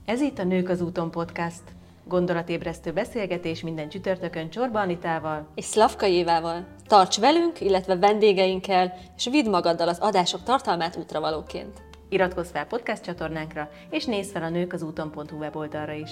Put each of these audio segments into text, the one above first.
Ez itt a Nők az úton podcast. Gondolatébresztő beszélgetés minden csütörtökön Csorba Anitával és Szlavkai Évával. Tarts velünk, illetve vendégeinkkel, és vidd magaddal az adások tartalmát útravalóként. Iratkozz fel podcast csatornánkra, és nézz fel a nőkazúton.hu weboldalra is.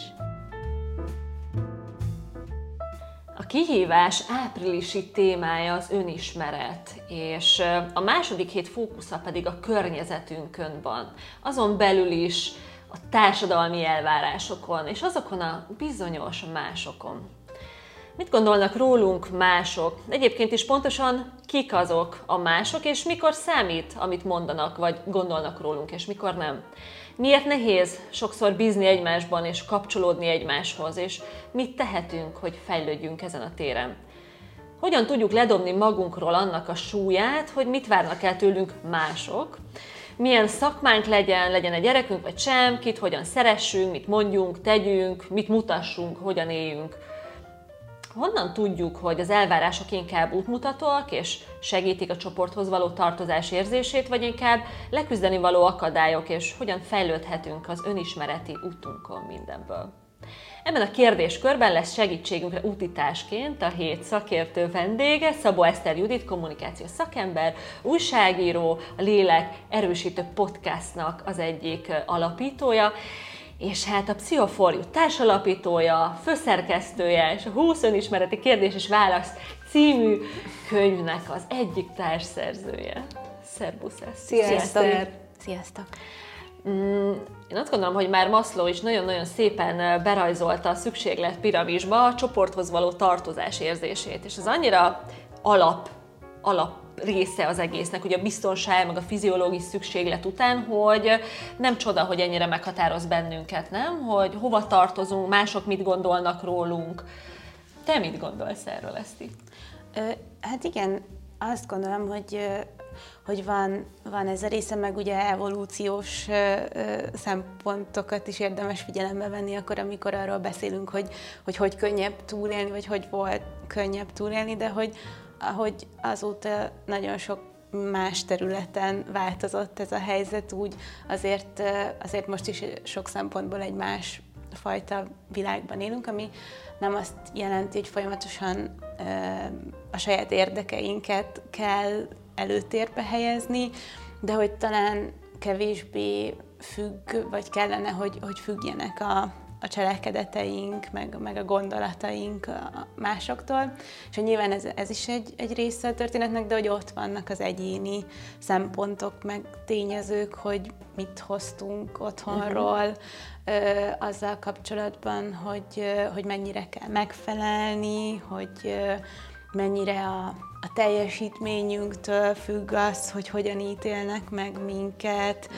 A kihívás áprilisi témája az önismeret, és a második hét fókusza pedig a környezetünkön van. Azon belül is a társadalmi elvárásokon, és azokon a bizonyos másokon. Mit gondolnak rólunk mások? Egyébként is pontosan kik azok a mások, és mikor számít, amit mondanak, vagy gondolnak rólunk, és mikor nem? Miért nehéz sokszor bízni egymásban, és kapcsolódni egymáshoz, és mit tehetünk, hogy fejlődjünk ezen a téren? Hogyan tudjuk ledobni magunkról annak a súlyát, hogy mit várnak el tőlünk mások? Milyen szakmánk legyen egy gyerekünk vagy sem, kit hogyan szeressünk, mit mondjunk, tegyünk, mit mutassunk, hogyan éljünk. Honnan tudjuk, hogy az elvárások inkább útmutatóak és segítik a csoporthoz való tartozás érzését, vagy inkább leküzdeni való akadályok, és hogyan fejlődhetünk az önismereti útunkon mindenből? Ebben a kérdéskörben lesz segítségünkre útitásként a hét szakértő vendége, Szabó Eszter Judit, kommunikációs szakember, újságíró, a Lélek Erősítő Podcastnak az egyik alapítója, és hát a Pszicho4U társalapítója, főszerkesztője, és a 20 önismereti kérdés és válasz című könyvnek az egyik társszerzője. Szerbusz Eszter! Sziasztok! Sziasztok! Én azt gondolom, hogy már Maslow is nagyon-nagyon szépen berajzolta a szükséglet piramisba a csoporthoz való tartozás érzését, és ez annyira alap része az egésznek, ugye a biztonság, meg a fiziológiai szükséglet után, hogy nem csoda, hogy ennyire meghatároz bennünket, nem? Hogy hova tartozunk, mások mit gondolnak rólunk. Te mit gondolsz erről, Eszti? Hát igen, azt gondolom, hogy van ez a része, meg ugye evolúciós szempontokat is érdemes figyelembe venni akkor, amikor arról beszélünk, hogy könnyebb túlélni, vagy hogy volt könnyebb túlélni, de ahogy azóta nagyon sok más területen változott ez a helyzet, úgy azért most is sok szempontból egy más fajta világban élünk, ami nem azt jelenti, hogy folyamatosan a saját érdekeinket kell előtérbe helyezni, de hogy talán kevésbé függ, vagy kellene, hogy függjenek a cselekedeteink, meg a gondolataink másoktól. És nyilván ez is egy része a történetnek, de hogy ott vannak az egyéni szempontok, meg tényezők, hogy mit hoztunk otthonról, azzal kapcsolatban, hogy mennyire kell megfelelni, hogy mennyire a teljesítményünktől függ az, hogy hogyan ítélnek meg minket.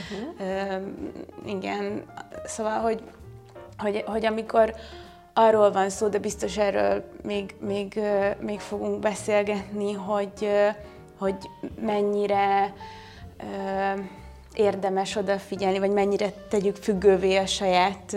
Igen, szóval, hogy amikor arról van szó, de biztos erről még fogunk beszélgetni, hogy mennyire érdemes odafigyelni, vagy mennyire tegyük függővé a saját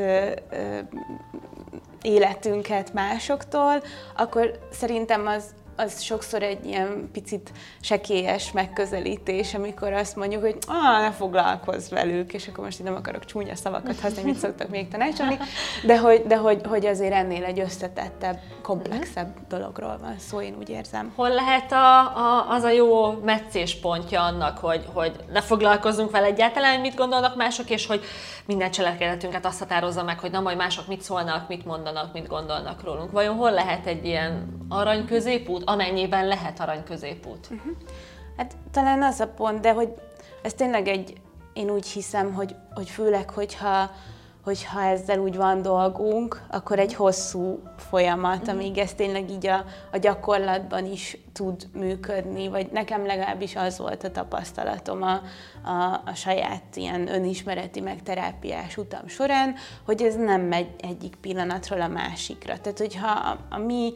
életünket másoktól, akkor szerintem az sokszor egy ilyen picit sekélyes megközelítés, amikor azt mondjuk, hogy ne foglalkozz velük, és akkor most így nem akarok csúnya szavakat használni, mit szoktak még tanácsolni, de hogy azért ennél egy összetettebb, komplexebb dologról van szó, én úgy érzem. Hol lehet az a jó meccéspontja annak, hogy ne foglalkozzunk vele egyáltalán, mit gondolnak mások, és hogy minden cselekedetünket azt határozza meg, hogy na majd mások mit szólnak, mit mondanak, mit gondolnak rólunk. Vajon hol lehet egy ilyen arany középút, amennyiben lehet arany középút? Hát talán az a pont, de hogy ez tényleg én úgy hiszem, hogy főleg, hogyha ezzel úgy van dolgunk, akkor egy hosszú folyamat, amíg ez tényleg így a gyakorlatban is tud működni, vagy nekem legalábbis az volt a tapasztalatom a saját ilyen önismereti meg terápiás utam során, hogy ez nem megy egyik pillanatról a másikra. Tehát, hogyha a mi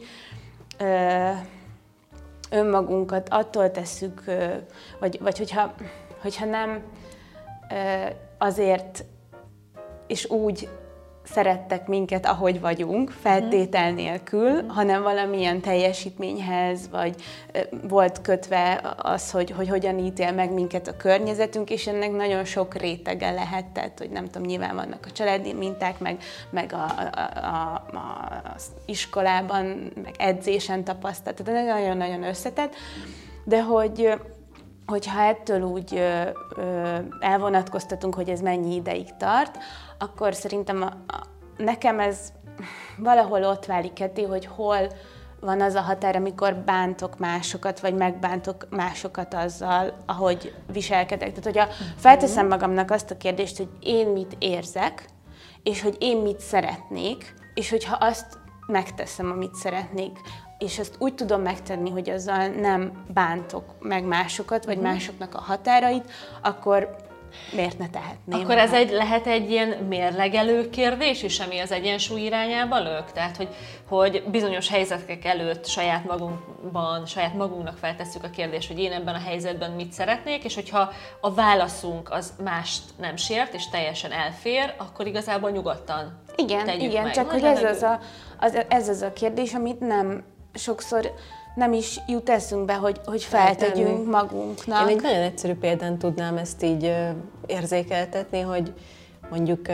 önmagunkat attól tesszük, vagy hogyha nem azért és úgy szerettek minket, ahogy vagyunk, feltétel nélkül, hanem valamilyen teljesítményhez, vagy volt kötve az, hogy hogyan ítél meg minket a környezetünk, és ennek nagyon sok rétege lehet, tehát, hogy nem tudom, nyilván vannak a családi minták, meg az iskolában, meg edzésen tapasztalt, tehát nagyon-nagyon összetett, de hogyha ettől úgy elvonatkoztatunk, hogy ez mennyi ideig tart, akkor szerintem nekem ez valahol ott válik ketté, hogy hol van az a határ, amikor bántok másokat, vagy megbántok másokat azzal, ahogy viselkedek. Tehát, hogyha felteszem magamnak azt a kérdést, hogy én mit érzek, és hogy én mit szeretnék, és hogyha azt megteszem, amit szeretnék, és ezt úgy tudom megtenni, hogy azzal nem bántok meg másokat, vagy másoknak a határait, akkor miért ne tehetném? Akkor ez lehet egy ilyen mérlegelő kérdés is, ami az egyensúly irányába lök? Tehát, hogy bizonyos helyzetek előtt saját magunknak feltesszük a kérdést, hogy én ebben a helyzetben mit szeretnék, és hogyha a válaszunk az mást nem sért, és teljesen elfér, akkor igazából nyugodtan tegyük meg. Csak hogy ez az a kérdés, amit nem sokszor nem is jut eszünkbe, hogy feltegyünk magunknak. Én egy nagyon egyszerű példán tudnám ezt így érzékeltetni, hogy mondjuk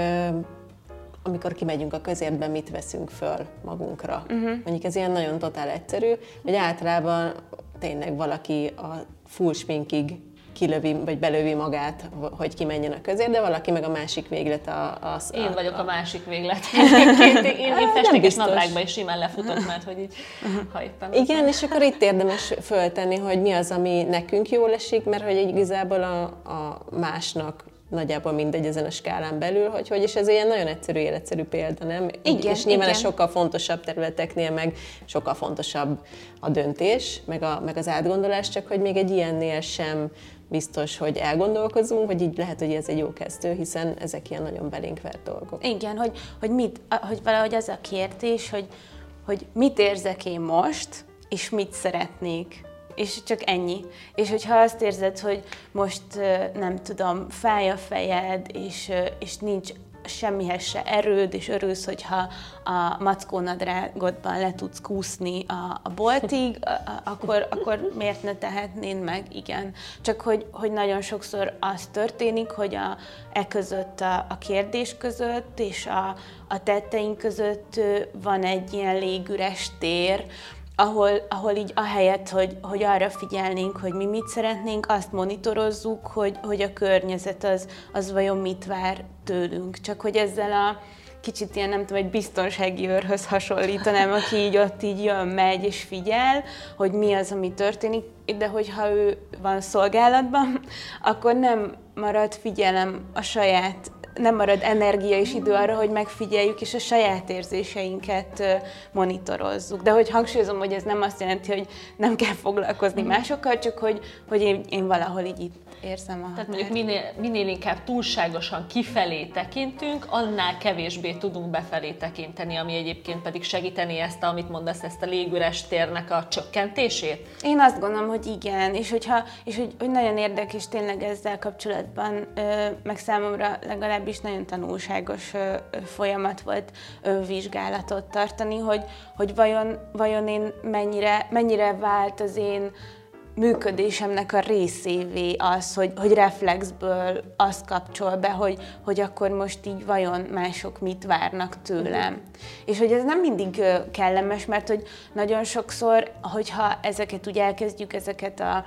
amikor kimegyünk a közértbe, mit veszünk föl magunkra. Mondjuk ez ilyen nagyon totál egyszerű, hogy általában tényleg valaki a full sminkig kilövi, vagy belövi magát, hogy kimenjen a közért, de valaki meg a másik véglet Én vagyok a másik véglet. Én festékes nadrágba is simán lefutok, mert hogy így, ha éppen... Igen, és akkor itt érdemes föltenni, hogy mi az, ami nekünk jól esik, mert hogy igazából a másnak nagyjából mindegy ezen a skálán belül, és ez ilyen nagyon egyszerű, életszerű példa, nem? Igen, és nyilván sokkal fontosabb területeknél meg sokkal fontosabb a döntés, meg az átgondolás, csak hogy még egy ilyennél sem biztos, hogy elgondolkozunk, vagy így lehet, hogy ez egy jó kezdő, hiszen ezek ilyen nagyon belénk vert dolgok. Igen, hogy valahogy az a kérdés, hogy mit érzek én most, és mit szeretnék. És csak ennyi. És hogyha azt érzed, hogy most nem tudom, fáj a fejed, és nincs semmihez se erőd, és örülsz, hogyha a mackónadrágodban le tudsz kúszni a boltig, akkor miért ne tehetnéd meg? Igen. Csak hogy nagyon sokszor az történik, hogy között a kérdés között és a tetteink között van egy ilyen légüres tér, ahol így ahelyett, hogy arra figyelnénk, hogy mi mit szeretnénk, azt monitorozzuk, hogy a környezet az vajon mit vár tőlünk. Csak hogy ezzel a kicsit ilyen, nem tudom, egy biztonsági őrhöz hasonlítanám, aki így ott így jön, megy és figyel, hogy mi az, ami történik, de hogyha ő van szolgálatban, akkor nem marad figyelem nem marad energia és idő arra, hogy megfigyeljük, és a saját érzéseinket monitorozzuk. De hogy hangsúlyozom, hogy ez nem azt jelenti, hogy nem kell foglalkozni másokkal, csak hogy én valahol így itt érzem a határt. Tehát mondjuk minél inkább túlságosan kifelé tekintünk, annál kevésbé tudunk befelé tekinteni, ami egyébként pedig segíteni ezt, amit mondasz, ezt a légüres térnek a csökkentését? Én azt gondolom, hogy igen, és hogy nagyon érdekes tényleg ezzel kapcsolatban, meg számomra legalábbis nagyon tanulságos folyamat volt vizsgálatot tartani, hogy vajon én mennyire vált az én működésemnek a részévé az, hogy reflexből azt kapcsol be, hogy akkor most így vajon mások mit várnak tőlem. És hogy ez nem mindig kellemes, mert hogy nagyon sokszor, hogyha ezeket úgy elkezdjük, ezeket a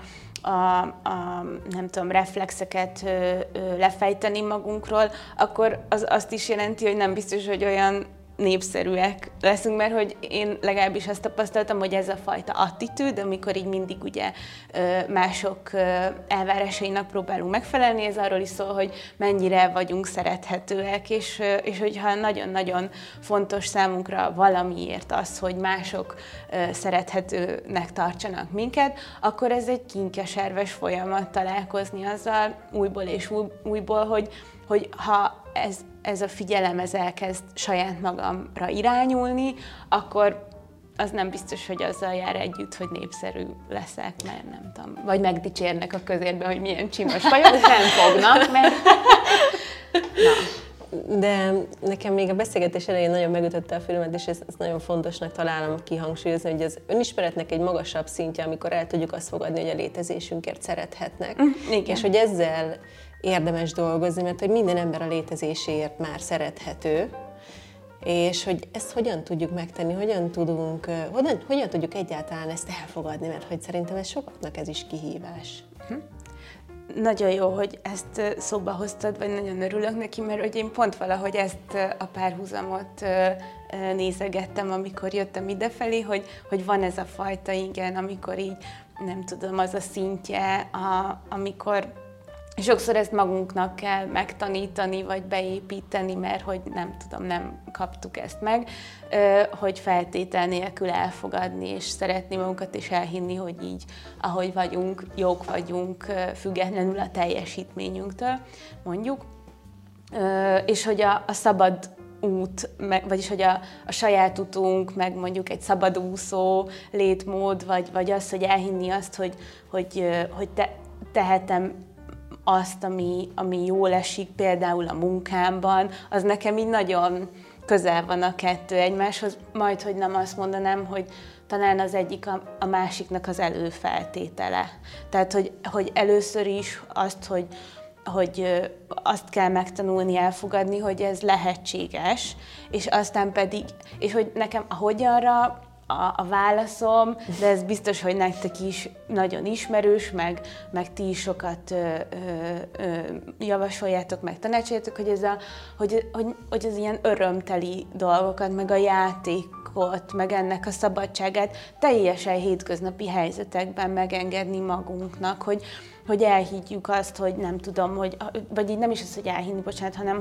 nem tudom, reflexeket lefejteni magunkról, akkor az azt is jelenti, hogy nem biztos, hogy olyan népszerűek leszünk, mert hogy én legalábbis azt tapasztaltam, hogy ez a fajta attitűd, amikor így mindig ugye mások elvárásainak próbálunk megfelelni, ez arról is szól, hogy mennyire vagyunk szerethetőek, és hogyha nagyon-nagyon fontos számunkra valamiért az, hogy mások szerethetőnek tartsanak minket, akkor ez egy kinkeserves folyamat találkozni azzal újból és újból, hogy ha ez a figyelem elkezd saját magamra irányulni, akkor az nem biztos, hogy azzal jár együtt, hogy népszerű leszek, mert nem tudom. Vagy megdicsérnek a közérben, hogy milyen csinos vagyok, nem fognak, mert... De nekem még a beszélgetés elején nagyon megütötte a fülemet, és ezt nagyon fontosnak találom kihangsúlyozni, hogy az önismeretnek egy magasabb szintje, amikor el tudjuk azt fogadni, hogy a létezésünkért szerethetnek. Igen. És hogy ezzel érdemes dolgozni, mert hogy minden ember a létezéséért már szerethető, és hogy ezt hogyan tudjuk megtenni, hogyan tudjuk egyáltalán ezt elfogadni, mert hogy szerintem ez sokaknak ez is kihívás. Nagyon jó, hogy ezt szóba hoztad, vagy nagyon örülök neki, mert hogy én pont valahogy ezt a párhuzamot nézegettem, amikor jöttem idefelé, hogy van ez a fajta, igen, amikor így, nem tudom, az a szintje, amikor sokszor ezt magunknak kell megtanítani, vagy beépíteni, mert hogy nem tudom, nem kaptuk ezt meg, hogy feltétel nélkül elfogadni, és szeretni magunkat, és elhinni, hogy így, ahogy vagyunk, jók vagyunk, függetlenül a teljesítményünktől, mondjuk. És hogy a szabad út, vagyis hogy a saját utunk, meg mondjuk egy szabadúszó létmód, vagy az, hogy elhinni azt, hogy tehetem azt, ami jól esik, például a munkámban, az nekem így nagyon közel van a kettő egymáshoz, majd, hogy nem azt mondanám, hogy talán az egyik a másiknak az előfeltétele. Tehát, hogy először is azt, hogy azt kell megtanulni, elfogadni, hogy ez lehetséges, és aztán pedig, és hogy nekem a hogyanra a válaszom, de ez biztos, hogy nektek is nagyon ismerős, meg ti is sokat javasoljátok, meg tanácsoljátok, hogy az ilyen örömteli dolgokat, meg a játékot, meg ennek a szabadságát teljesen hétköznapi helyzetekben megengedni magunknak, hogy elhiggyük azt, hogy nem tudom, vagy így nem is az, hogy elhinni, bocsánat, hanem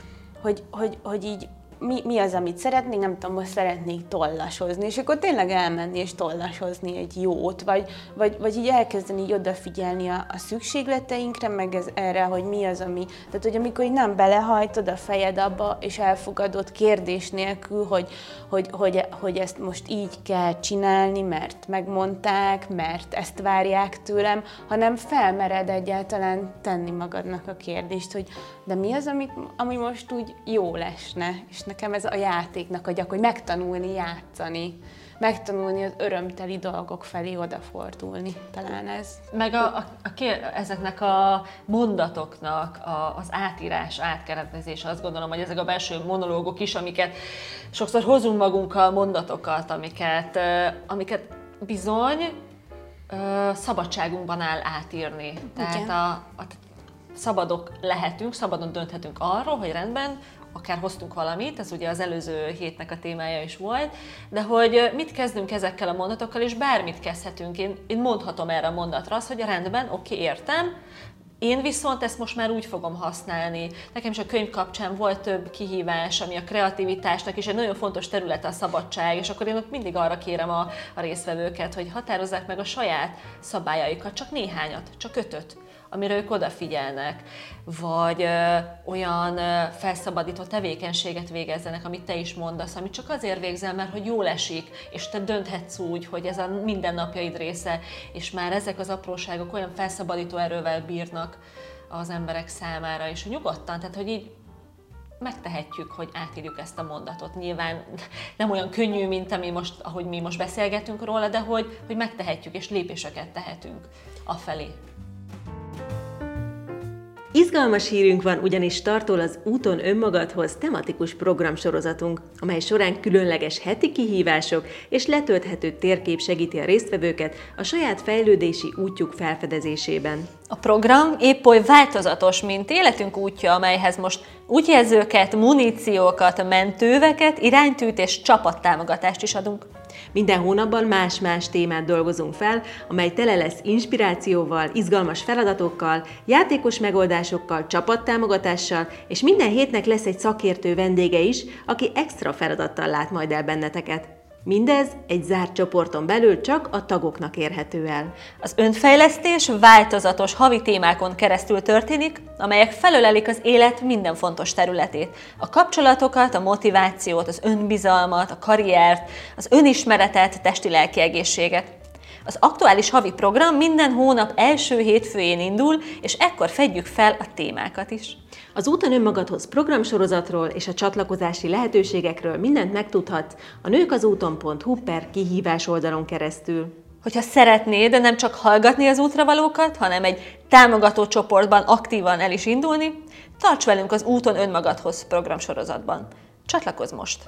hogy így mi az, amit szeretnénk, nem tudom, most szeretnék tollasozni, és akkor tényleg elmenni és tollasozni egy jót, vagy így elkezdeni így odafigyelni a szükségleteinkre, meg erre, hogy mi az, ami... Tehát, hogy amikor így nem belehajtod a fejed abba, és elfogadod kérdés nélkül, hogy ezt most így kell csinálni, mert megmondták, mert ezt várják tőlem, hanem felmered egyáltalán tenni magadnak a kérdést, hogy de mi az, ami most úgy jó lesne, és nekem ez a játéknak a hogy megtanulni játszani, megtanulni az örömteli dolgok felé odafordulni, talán ez. Meg ezeknek a mondatoknak az átírás, átkeretezése, azt gondolom, hogy ezek a belső monológok is, amiket sokszor hozunk magunkkal, mondatokat, amiket bizony szabadságunkban áll átírni. Tehát szabadok lehetünk, szabadon dönthetünk arról, hogy rendben, akár hoztunk valamit, ez ugye az előző hétnek a témája is volt, de hogy mit kezdünk ezekkel a mondatokkal, és bármit kezdhetünk. Én mondhatom erre a mondatra azt, hogy rendben, oké, értem, én viszont ezt most már úgy fogom használni. Nekem is a könyv kapcsán volt több kihívás, ami a kreativitásnak is egy nagyon fontos terület a szabadság, és akkor én ott mindig arra kérem a résztvevőket, hogy határozzák meg a saját szabályaikat, csak néhányat, csak 5-öt, amire ők odafigyelnek, vagy olyan felszabadító tevékenységet végezzenek, amit te is mondasz, amit csak azért végzel, mert hogy jól esik, és te dönthetsz úgy, hogy ez a mindennapjaid része, és már ezek az apróságok olyan felszabadító erővel bírnak az emberek számára, és nyugodtan, tehát hogy így megtehetjük, hogy átírjuk ezt a mondatot. Nyilván nem olyan könnyű, mint ahogy mi most beszélgetünk róla, de hogy megtehetjük, és lépéseket tehetünk afelé. Izgalmas hírünk van, ugyanis startol az Úton önmagadhoz tematikus programsorozatunk, amely során különleges heti kihívások és letölthető térkép segíti a résztvevőket a saját fejlődési útjuk felfedezésében. A program épp oly változatos, mint életünk útja, amelyhez most útjelzőket, muníciókat, mentőveket, iránytűt és csapattámogatást is adunk. Minden hónapban más-más témát dolgozunk fel, amely tele lesz inspirációval, izgalmas feladatokkal, játékos megoldásokkal, csapattámogatással, és minden hétnek lesz egy szakértő vendége is, aki extra feladattal lát majd el benneteket. Mindez egy zárt csoporton belül csak a tagoknak érhető el. Az önfejlesztés változatos havi témákon keresztül történik, amelyek felölelik az élet minden fontos területét. A kapcsolatokat, a motivációt, az önbizalmat, a karriert, az önismeretet, testi-lelki egészséget. Az aktuális havi program minden hónap első hétfőjén indul, és ekkor fedjük fel a témákat is. Az Úton önmagadhoz programsorozatról és a csatlakozási lehetőségekről mindent megtudhatsz a nőkazúton.hu/kihívás oldalon keresztül. Hogyha szeretnéd, de nem csak hallgatni az útravalókat, hanem egy támogató csoportban aktívan el is indulni, tarts velünk az Úton önmagadhoz programsorozatban. Csatlakozz most!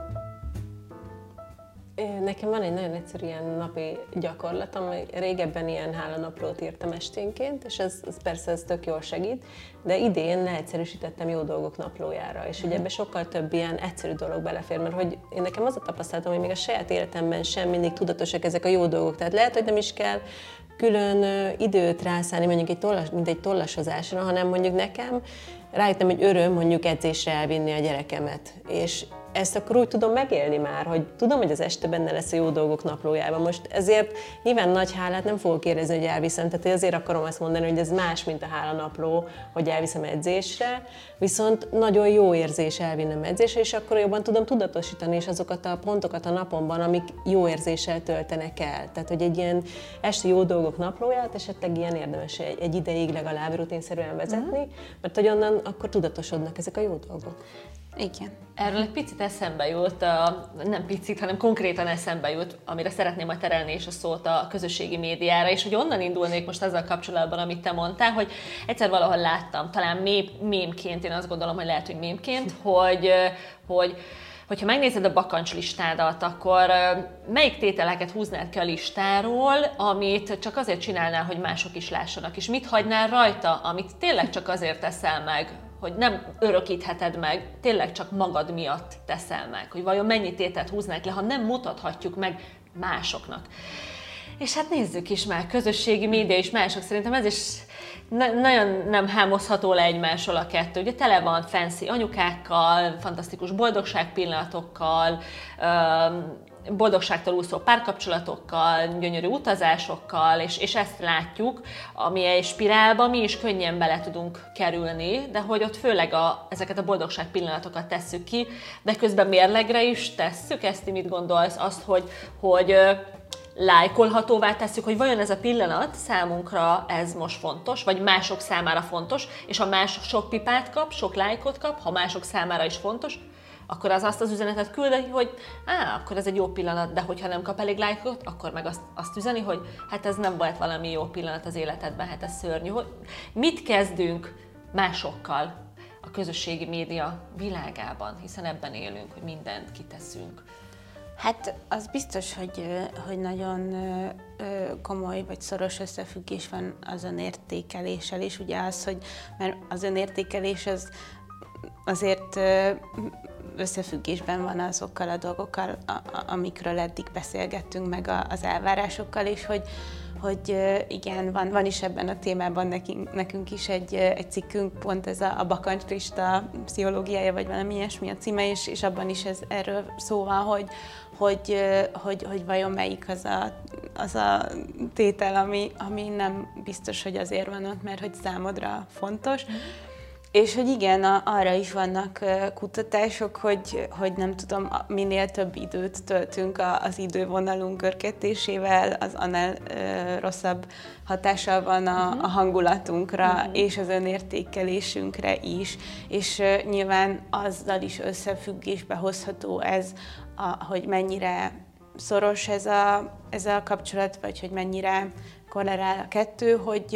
Nekem van egy nagyon egyszerű ilyen napi gyakorlatom, régebben ilyen hálanaplót írtam esténként, és ez persze ez tök jól segít, de idén leegyszerűsítettem jó dolgok naplójára, és ugye ebbe sokkal több ilyen egyszerű dolog belefér, mert hogy én nekem az a tapasztalatom, hogy még a saját életemben sem mindig tudatosak ezek a jó dolgok, tehát lehet, hogy nem is kell külön időt rászállni mondjuk egy tollasozásra, hanem mondjuk nekem rájöttem, hogy öröm mondjuk edzésre elvinni a gyerekemet, és ezt akkor úgy tudom megélni már, hogy tudom, hogy az este benne lesz a jó dolgok naplójában. Most ezért nyilván nagy hálát nem fogok érezni, hogy elviszem, tehát ezért akarom azt mondani, hogy ez más, mint a hálanapló, hogy elviszem edzésre, viszont nagyon jó érzés elvinnem edzésre, és akkor jobban tudom tudatosítani is azokat a pontokat a napomban, amik jó érzéssel töltenek el. Tehát, hogy egy ilyen esti jó dolgok naplóját esetleg ilyen érdemes egy ideig legalább rutinszerűen vezetni, mert hogy onnan akkor tudatosodnak ezek a jó dolgok. Igen. Erről egy picit eszembe jut, nem picit, hanem konkrétan eszembe jut, amire szeretném majd terelni is a szót a közösségi médiára, és hogy onnan indulnék most azzal kapcsolatban, amit te mondtál, hogy egyszer valahol láttam, talán mémként, én azt gondolom, hogy lehet, hogy mémként, hogyha megnézed a bakancslistádat, akkor melyik tételeket húznád ki a listáról, amit csak azért csinálnál, hogy mások is lássanak, és mit hagynál rajta, amit tényleg csak azért teszel meg, hogy nem örökítheted meg, tényleg csak magad miatt teszel meg, hogy vajon mennyi tételt húznák le, ha nem mutathatjuk meg másoknak. És hát nézzük is már, közösségi média és mások, szerintem ez is nagyon nem hámozható le egymásról a kettő. Ugye tele van fancy anyukákkal, fantasztikus boldogságpillanatokkal, boldogságtól úszó párkapcsolatokkal, gyönyörű utazásokkal, és ezt látjuk, ami egy spirálba mi is könnyen bele tudunk kerülni, de hogy ott főleg ezeket a boldogság pillanatokat tesszük ki, de közben mérlegre is tesszük, ezt mit gondolsz, azt, hogy lájkolhatóvá tesszük, hogy vajon ez a pillanat számunkra ez most fontos, vagy mások számára fontos, és ha más sok pipát kap, sok lájkot kap, ha mások számára is fontos, akkor azt az üzenetet küldeni, hogy akkor ez egy jó pillanat, de hogyha nem kap elég lájkot, akkor meg azt üzeni, hogy hát ez nem volt valami jó pillanat az életedben, hát ez szörnyű. Mit kezdünk másokkal a közösségi média világában, hiszen ebben élünk, hogy mindent kiteszünk. Hát az biztos, hogy nagyon komoly vagy szoros összefüggés van az önértékeléssel, és ugye az, hogy mert az önértékelés az azért összefüggésben van azokkal a dolgokkal, amikről eddig beszélgettünk, meg az elvárásokkal, és hogy igen, van is ebben a témában nekünk is egy cikkünk, pont ez a bakancslista pszichológiája, vagy valami ilyesmi a címe, és abban is erről szó van, hogy vajon melyik az a tétel, ami nem biztos, hogy azért van ott, mert hogy számodra fontos. És hogy igen, arra is vannak kutatások, hogy nem tudom, minél több időt töltünk az idővonalunk görgetésével, az annál rosszabb hatással van a hangulatunkra és az önértékelésünkre is. És nyilván azzal is összefüggésbe hozható ez, hogy mennyire szoros ez a kapcsolat, vagy hogy mennyire korrelál a kettő,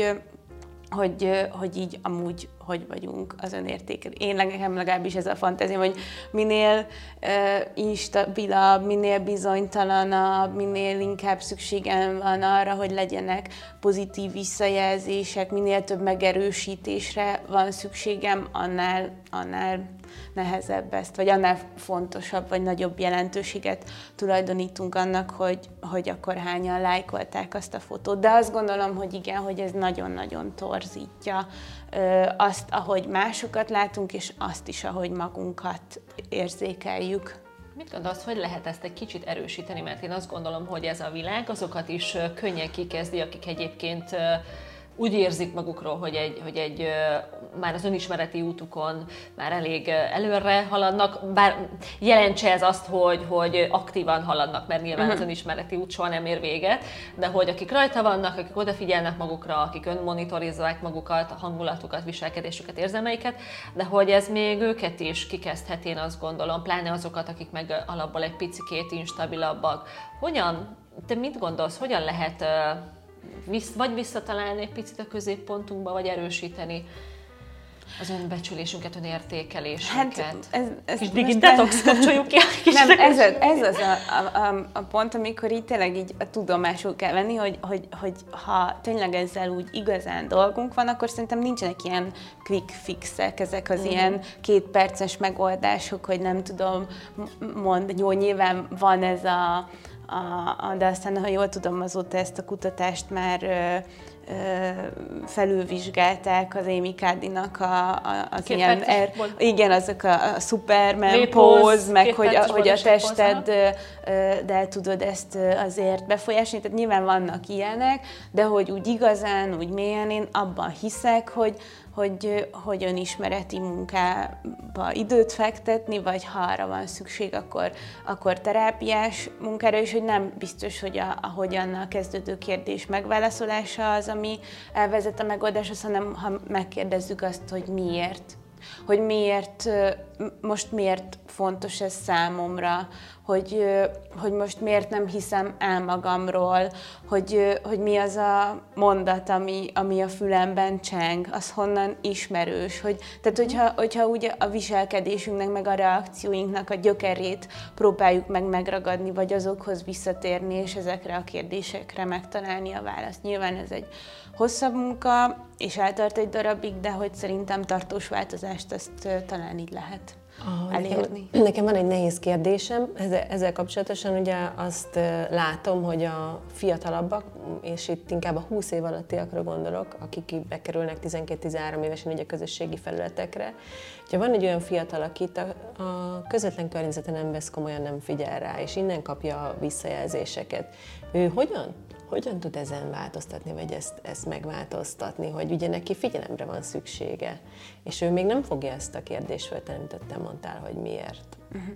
hogy így amúgy hogy vagyunk az önértékelés. Én legalábbis ez a fantáziám, hogy minél instabilabb, minél bizonytalanabb, minél inkább szükségem van arra, hogy legyenek pozitív visszajelzések, minél több megerősítésre van szükségem, annál nehezebb ezt, vagy annál fontosabb, vagy nagyobb jelentőséget tulajdonítunk annak, hogy akkor hányan lájkolták azt a fotót. De azt gondolom, hogy igen, hogy ez nagyon-nagyon torzítja azt, ahogy másokat látunk, és azt is, ahogy magunkat érzékeljük. Mit gondolsz, hogy lehet ezt egy kicsit erősíteni? Mert én azt gondolom, hogy ez a világ azokat is könnyen kikezdi, akik egyébként úgy érzik magukról, hogy egy már az önismereti útukon már elég előre haladnak, bár jelentse ez azt, hogy aktívan haladnak, mert nyilván az önismereti út soha nem ér véget, de hogy akik rajta vannak, akik odafigyelnek magukra, akik önmonitorizzák magukat, a hangulatukat, viselkedésüket, érzelmeiket, de hogy ez még őket is kikezdheti, én azt gondolom, pláne azokat, akik meg alapból egy picikét instabilabbak. Te mit gondolsz, hogyan lehet vagy visszatalálni egy picit a középpontunkba, vagy erősíteni az önbecsülésünket, önértékelésünket? Hát kis digi detox, kapcsoljuk ki a kis nem, ez az a pont, amikor így tényleg így a tudomásul kell venni, hogy ha tényleg ezzel úgy igazán dolgunk van, akkor szerintem nincsenek ilyen quick fixek, ezek az ilyen 2 perces megoldások, hogy nem tudom, jó, nyilván van ez de aztán, ha jól tudom, azóta ezt a kutatást már felülvizsgálták az Amy Cuddy-nak az ilyen, igen, azok a Superman pose, meg hogy a testeddel tudod ezt azért befolyásolni, tehát nyilván vannak ilyenek, de hogy úgy igazán, úgy mélyen én abban hiszek, hogy önismereti munkába időt fektetni, vagy ha arra van szükség, akkor terápiás munkára, és hogy nem biztos, hogy ahogy annal kezdődő kérdés megválaszolása az, ami elvezet a megoldáshoz, hanem ha megkérdezzük azt, hogy miért. Hogy most miért fontos ez számomra, hogy most miért nem hiszem el magamról, hogy mi az a mondat, ami a fülemben cseng, az honnan ismerős. Tehát, hogyha ugye a viselkedésünknek, meg a reakcióinknak a gyökerét próbáljuk meg megragadni, vagy azokhoz visszatérni, és ezekre a kérdésekre megtalálni a választ. Nyilván ez egy hosszabb munka, és eltart egy darabig, de hogy szerintem tartós változást azt talán így lehet elérni. Nekem van egy nehéz kérdésem, ezzel kapcsolatosan ugye azt látom, hogy a fiatalabbak, és itt inkább a 20 év alattiakra gondolok, akik bekerülnek 12-13 évesen a közösségi felületekre. Ha van egy olyan fiatal, akit a közvetlen környezete nem vesz komolyan, nem figyel rá, és innen kapja a visszajelzéseket, ő hogyan tud ezen változtatni, vagy ezt megváltoztatni, hogy ugye neki figyelemre van szüksége, és ő még nem fogja ezt a kérdést feltenni, amit te mondtál, hogy miért.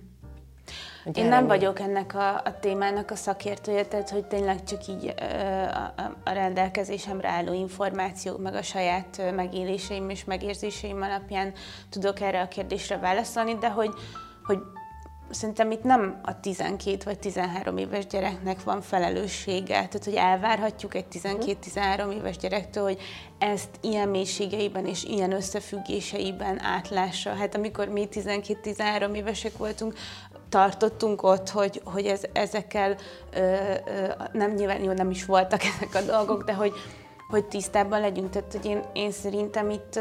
Én nem vagyok ennek a témának a szakértője, tehát hogy tényleg csak így a rendelkezésemre álló információk, meg a saját megéléseim és megérzéseim alapján tudok erre a kérdésre válaszolni, de hogy szerintem itt nem a 12 vagy 13 éves gyereknek van felelőssége, tehát hogy elvárhatjuk egy 12-13 éves gyerektől, hogy ezt ilyen mélységeiben és ilyen összefüggéseiben átlássa. Hát amikor mi 12-13 évesek voltunk, tartottunk ott, hogy ezekkel nyilván nem is voltak ezek a dolgok, de hogy tisztában legyünk. Tehát, hogy én szerintem itt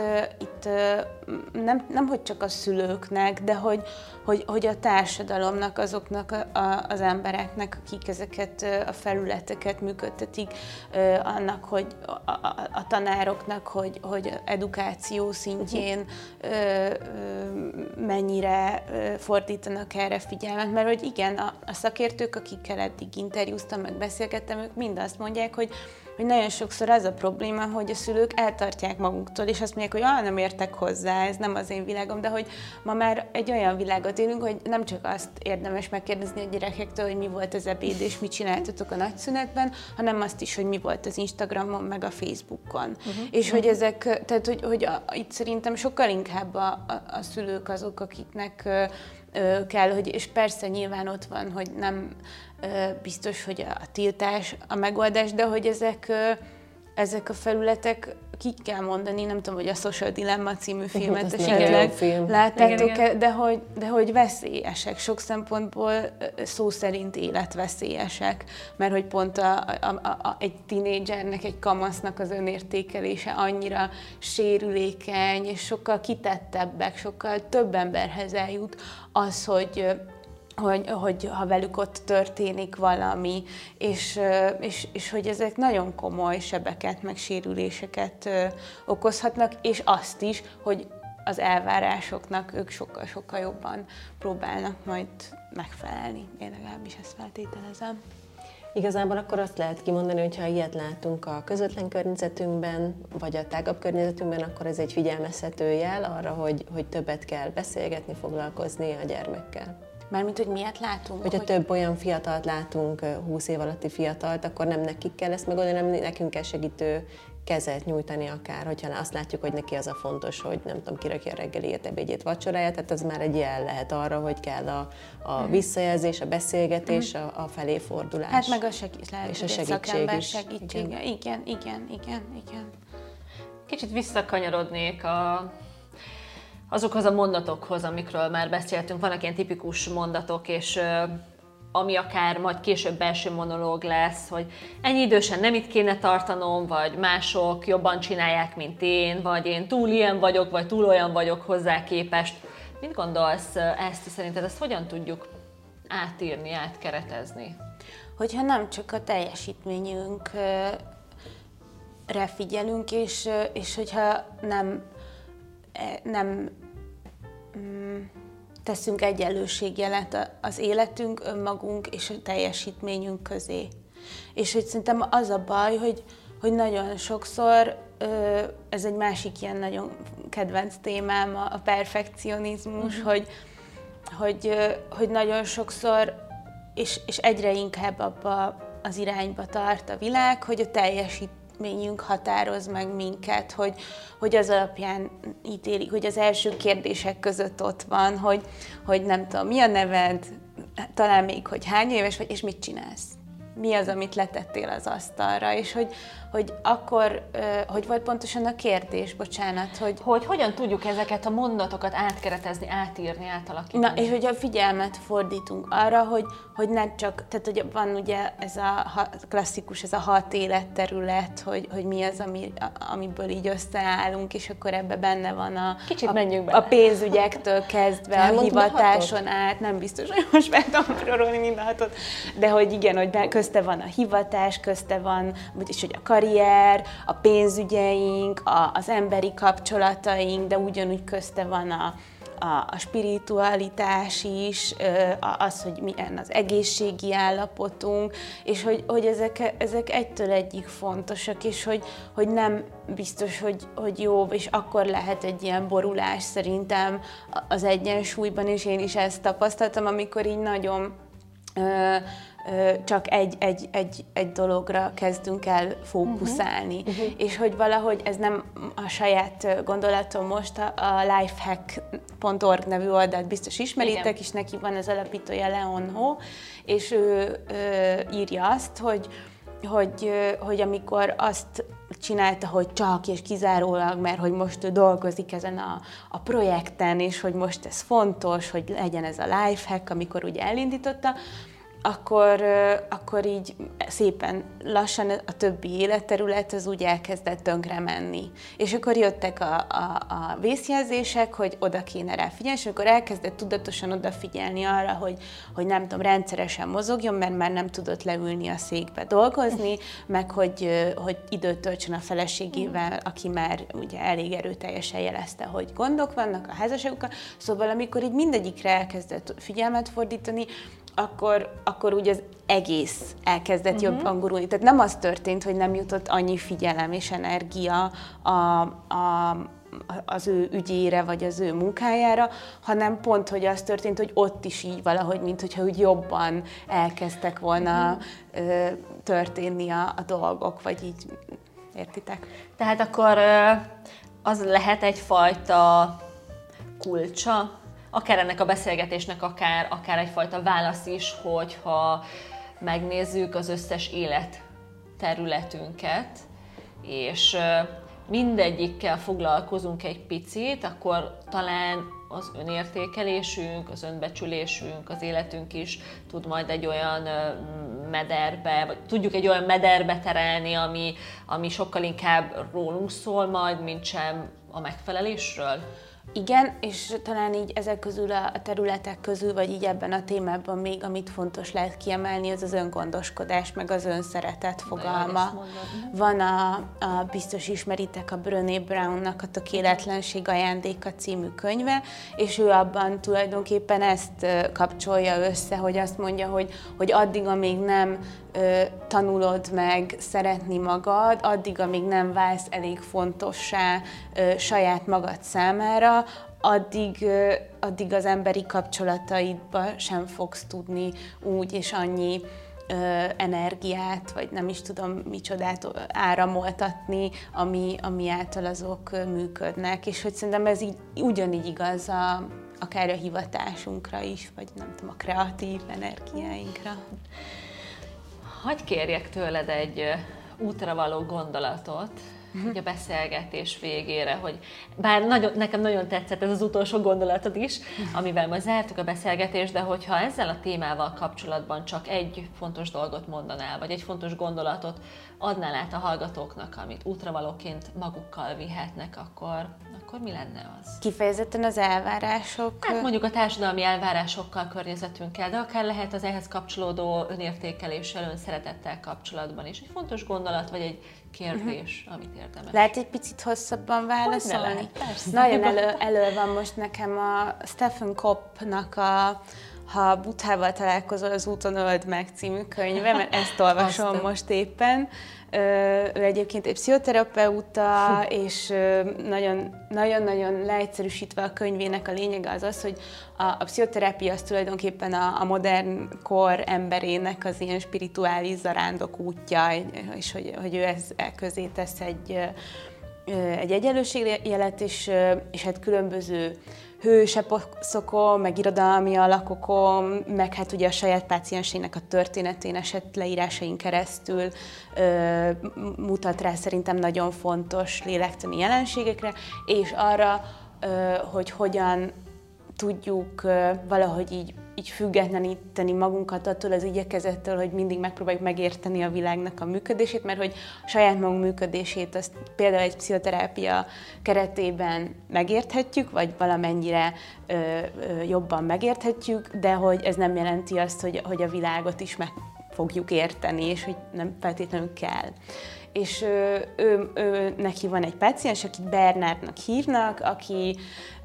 nem hogy csak a szülőknek, de hogy a társadalomnak, azoknak az embereknek, akik ezeket a felületeket működtetik, annak, hogy a tanároknak, hogy edukáció szintjén mennyire fordítanak erre figyelmet, mert hogy igen, a szakértők, akikkel eddig interjúztam, meg beszélgettem, ők mind azt mondják, hogy nagyon sokszor az a probléma, hogy a szülők eltartják maguktól, és azt mondják, hogy nem értek hozzá, ez nem az én világom, de hogy ma már egy olyan világot élünk, hogy nem csak azt érdemes megkérdezni a gyerekektől, hogy mi volt az ebéd, és mit csináltatok a nagyszünetben, hanem azt is, hogy mi volt az Instagramon, meg a Facebookon. És hogy ezek, tehát hogy itt szerintem sokkal inkább a szülők azok, akiknek kell, és persze nyilván ott van, hogy nem biztos, hogy a tiltás a megoldás, de hogy ezek a felületek, ki kell mondani, nem tudom, hogy a Social Dilemma című filmet esetleg láttátok-e, de hogy veszélyesek, sok szempontból szó szerint életveszélyesek, mert hogy pont egy tinédzsernek, egy kamasznak az önértékelése annyira sérülékeny, és sokkal kitettebbek, sokkal több emberhez eljut az, hogy ha velük ott történik valami, és hogy ezek nagyon komoly sebeket, meg sérüléseket okozhatnak, és azt is, hogy az elvárásoknak ők sokkal-sokkal jobban próbálnak majd megfelelni. Én legalábbis ezt feltételezem. Igazából akkor azt lehet kimondani, hogy ha ilyet látunk a közvetlen környezetünkben, vagy a tágabb környezetünkben, akkor ez egy figyelmeztető jel arra, hogy többet kell beszélgetni, foglalkozni a gyermekkel. Mármint, hogy miért látunk? Hogyha több olyan fiatalt látunk, 20 év alatti fiatalt, akkor nem nekik kell ezt megoldani, hanem nekünk kell segítő kezet nyújtani akár, hogyha azt látjuk, hogy neki az a fontos, hogy nem tudom, kirakja a reggelét, ebédjét, vacsoráját, tehát az már egy jel lehet arra, hogy kell a visszajelzés, a beszélgetés, a felé fordulás. Hát meg és a segítség is. Segítsége. Igen. Kicsit visszakanyarodnék azokhoz a mondatokhoz, amikről már beszéltünk. Vannak ilyen tipikus mondatok, és ami akár majd később belső monológ lesz, hogy ennyi idősen nem itt kéne tartanom, vagy mások jobban csinálják, mint én, vagy én túl ilyen vagyok, vagy túl olyan vagyok hozzá képest. Mit gondolsz ezt? Szerinted ezt hogyan tudjuk átírni, átkeretezni? Hogyha nem csak a teljesítményünkre figyelünk, és hogyha nem teszünk egyenlőségjelet az életünk, önmagunk és a teljesítményünk közé. És hogy szerintem az a baj, hogy nagyon sokszor, ez egy másik ilyen nagyon kedvenc témám, a perfekcionizmus, hogy nagyon sokszor, és egyre inkább abba az irányba tart a világ, hogy a teljesítményünk határoz meg minket, hogy az alapján ítélik, hogy az első kérdések között ott van, hogy nem tudom, mi a neved, talán még, hogy hány éves vagy, és mit csinálsz. Mi az, amit letettél az asztalra, és hogy akkor, hogy volt pontosan a kérdés, bocsánat, hogy hogyan tudjuk ezeket a mondatokat átkeretezni, átírni, átalakítani. Na, és hogy a figyelmet fordítunk arra, hogy ne csak, tehát hogy van ugye ez a klasszikus, ez a 6 életterület, hogy mi az, amiből így összeállunk, és akkor ebbe benne van a pénzügyektől kezdve, a hivatáson át, nem biztos, hogy most be tudom sorolni mind a 6-ot, de hogy igen, hogy közte van a hivatás, közte van, és hogy a karrier, a pénzügyeink, az emberi kapcsolataink, de ugyanúgy közte van a spiritualitás is, az, hogy milyen az egészségi állapotunk, és hogy ezek egytől egyig fontosak, és hogy nem biztos, hogy jó, és akkor lehet egy ilyen borulás szerintem az egyensúlyban, és én is ezt tapasztaltam, amikor így nagyon csak egy dologra kezdünk el fókuszálni. És hogy valahogy ez nem a saját gondolatom most, a lifehack.org nevű oldalt biztos ismeritek, igen. És neki van az alapítója Leon Ho, és ő írja azt, hogy amikor azt csinálta, hogy csak és kizárólag, mert hogy most ő dolgozik ezen a projekten, és hogy most ez fontos, hogy legyen ez a lifehack, amikor ugye elindította, akkor így szépen lassan a többi életterület az úgy elkezdett tönkre menni. És akkor jöttek a vészjelzések, hogy oda kéne rá figyelni, és akkor elkezdett tudatosan odafigyelni arra, hogy nem tudom, rendszeresen mozogjon, mert már nem tudott leülni a székbe dolgozni, meg hogy időt töltsön a feleségével, aki már ugye elég erőteljesen jelezte, hogy gondok vannak a házasságukkal. Szóval amikor így mindegyikre elkezdett figyelmet fordítani, akkor úgy az egész elkezdett jobban gurulni. Tehát nem az történt, hogy nem jutott annyi figyelem és energia az ő ügyére, vagy az ő munkájára, hanem pont, hogy az történt, hogy ott is így valahogy, mintha úgy jobban elkezdtek volna történni a dolgok, vagy így, értitek? Tehát akkor az lehet egyfajta kulcsa, akár ennek a beszélgetésnek, akár egyfajta válasz is, hogyha megnézzük az összes életterületünket, és mindegyikkel foglalkozunk egy picit, akkor talán az önértékelésünk, az önbecsülésünk, az életünk is tud majd egy olyan mederbe, vagy tudjuk egy olyan mederbe terelni, ami sokkal inkább rólunk szól majd, mint sem a megfelelésről. Igen, és talán így ezek közül a területek közül, vagy így ebben a témában még, amit fontos lehet kiemelni, az öngondoskodás, meg az önszeretet fogalma. Van biztos ismeritek a Brené Brownnak a Tökéletlenség ajándéka című könyve, és ő abban tulajdonképpen ezt kapcsolja össze, hogy azt mondja, hogy addig, amíg nem tanulod meg szeretni magad, addig, amíg nem válsz elég fontossá saját magad számára, addig az emberi kapcsolataidba sem fogsz tudni úgy és annyi energiát, vagy nem is tudom micsodát áramoltatni, ami által azok működnek. És hogy szerintem ez így, ugyanígy igaz akár a hivatásunkra is, vagy nem tudom, a kreatív energiáinkra. Hadd kérjek tőled egy útra való gondolatot, hogy a beszélgetés végére, hogy bár nekem nagyon tetszett ez az utolsó gondolatod is, amivel ma zártuk a beszélgetést, de hogyha ezzel a témával kapcsolatban csak egy fontos dolgot mondanál, vagy egy fontos gondolatot adnál át a hallgatóknak, amit útravalóként magukkal vihetnek, akkor mi lenne az? Kifejezetten az elvárások? Hát mondjuk a társadalmi elvárásokkal, környezetünkkel, de akár lehet az ehhez kapcsolódó önértékeléssel, önszeretettel kapcsolatban is. Egy fontos gondolat, vagy egy kérdés, amit érdemes. Lehet egy picit hosszabban válaszolni? Lehet, persze. Nagyon elő van most nekem a Stephen Koppnak a Ha Buddhával találkozol az úton, öld meg című könyve, mert ezt olvasom most éppen. Ő egyébként egy pszichoterapeuta, és nagyon-nagyon leegyszerűsítve a könyvének a lényege az, hogy a pszichoterápia az tulajdonképpen a modern kor emberének az ilyen spirituális zarándok útja, és hogy ő közé tesz egy egyenlőségjelet, és hát különböző hőseposzokon, meg irodalmi alakokon, meg hát ugye a saját páciensének a történetén, esetleírásain keresztül mutat rá szerintem nagyon fontos lélektani jelenségekre, és arra, hogy hogyan tudjuk valahogy így függetleníteni magunkat attól az igyekezettől, hogy mindig megpróbáljuk megérteni a világnak a működését, mert hogy a saját magunk működését azt például egy pszichoterápia keretében megérthetjük, vagy valamennyire jobban megérthetjük, de hogy ez nem jelenti azt, hogy a világot is meg fogjuk érteni, és hogy nem feltétlenül kell. És neki van egy páciens, akit Bernardnak hívnak, aki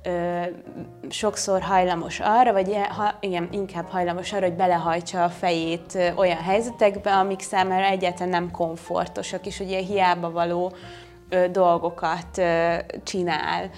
sokszor hajlamos arra, vagy igen, inkább hajlamos arra, hogy belehajtsa a fejét olyan helyzetekbe, amik számára egyáltalán nem komfortosak, és hogy ilyen hiába való dolgokat csinál.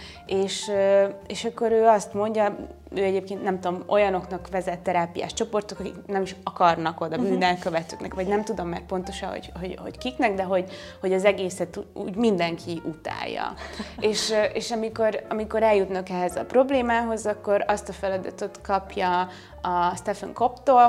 És akkor ő azt mondja, ő egyébként nem tudom, olyanoknak vezet terápiás csoportok, akik nem is akarnak oda bűnelkövetőknek, vagy nem tudom már pontosan, hogy kiknek, de hogy az egészet úgy mindenki utálja. És amikor eljutnak ehhez a problémához, akkor azt a feladatot kapja a Stephen Kopptól,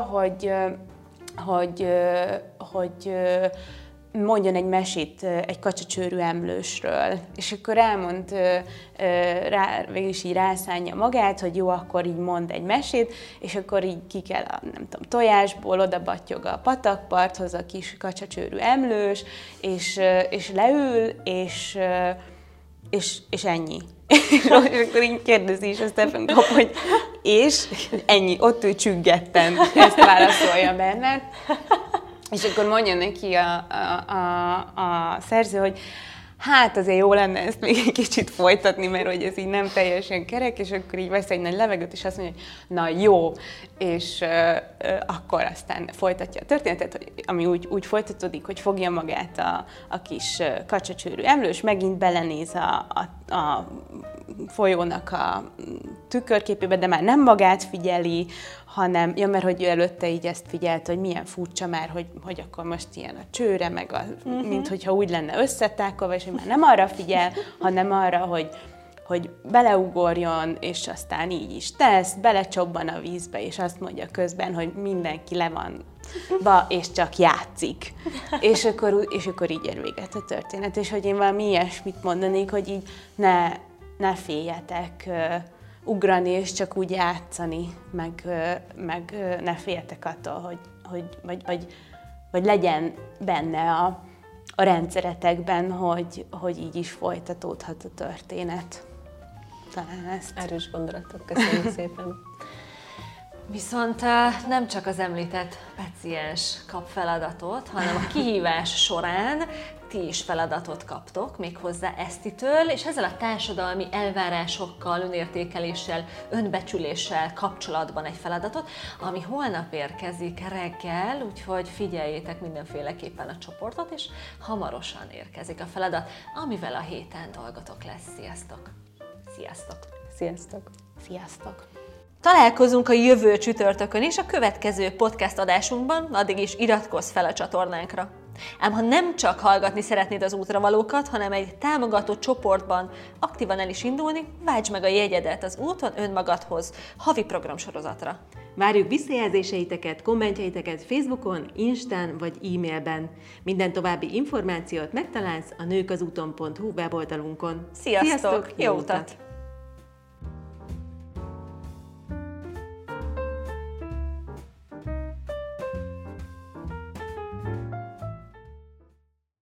hogy mondjon egy mesét egy kacsacsőrű emlősről, és akkor elmond, végül is így rászánja magát, hogy jó, akkor így mond egy mesét, és akkor így ki kell a, nem tudom, tojásból, oda battyog a patakparthoz a kis kacsacsőrű emlős, és leül, és ennyi. És akkor így kérdezi is a Stephen Kopp, hogy és ennyi, ott ő csüggetten, ezt válaszolja Bernard. És akkor mondja neki a szerző, hogy hát azért jó lenne ezt még egy kicsit folytatni, mert hogy ez így nem teljesen kerek, és akkor így vesz egy nagy levegőt, és azt mondja, hogy na jó, és akkor aztán folytatja a történetet, ami úgy folytatódik, hogy fogja magát a kis kacsacsőrű emlős, megint belenéz a folyónak a tükörképébe, de már nem magát figyeli, hanem, mert hogy ő előtte így ezt figyelt, hogy milyen furcsa már, hogy akkor most ilyen a csőre, meg mint hogyha úgy lenne összetákolva, és hogy már nem arra figyel, hanem arra, hogy beleugorjon, és aztán így is tesz, belecsobban a vízbe, és azt mondja közben, hogy mindenki le van és csak játszik. És akkor így ér véget a történet. És hogy én valami ilyesmit mondanék, hogy így ne féljetek ugrani, és csak úgy játszani, meg ne féljetek attól, vagy legyen benne a rendszeretekben, hogy így is folytatódhat a történet. Talán ezt. Erős gondolatok, köszönjük szépen. Viszont nem csak az említett paciens kap feladatot, hanem a kihívás során ti is feladatot kaptok, méghozzá Esztitől, és ezzel a társadalmi elvárásokkal, önértékeléssel, önbecsüléssel kapcsolatban egy feladatot, ami holnap érkezik reggel, úgyhogy figyeljétek mindenféleképpen a csoportot, és hamarosan érkezik a feladat, amivel a héten dolgotok lesz. Sziasztok! Sziasztok! Sziasztok! Sziasztok! Találkozunk a jövő csütörtökön is a következő podcast adásunkban, addig is iratkozz fel a csatornánkra. Ám ha nem csak hallgatni szeretnéd az útravalókat, hanem egy támogató csoportban aktívan el is indulni, váltsd meg a jegyedet az Úton önmagadhoz havi programsorozatra. Várjuk visszajelzéseiteket, kommentjeiteket Facebookon, Instán vagy e-mailben. Minden további információt megtalálsz a nőkazúton.hu weboldalunkon. Sziasztok! Jó utat!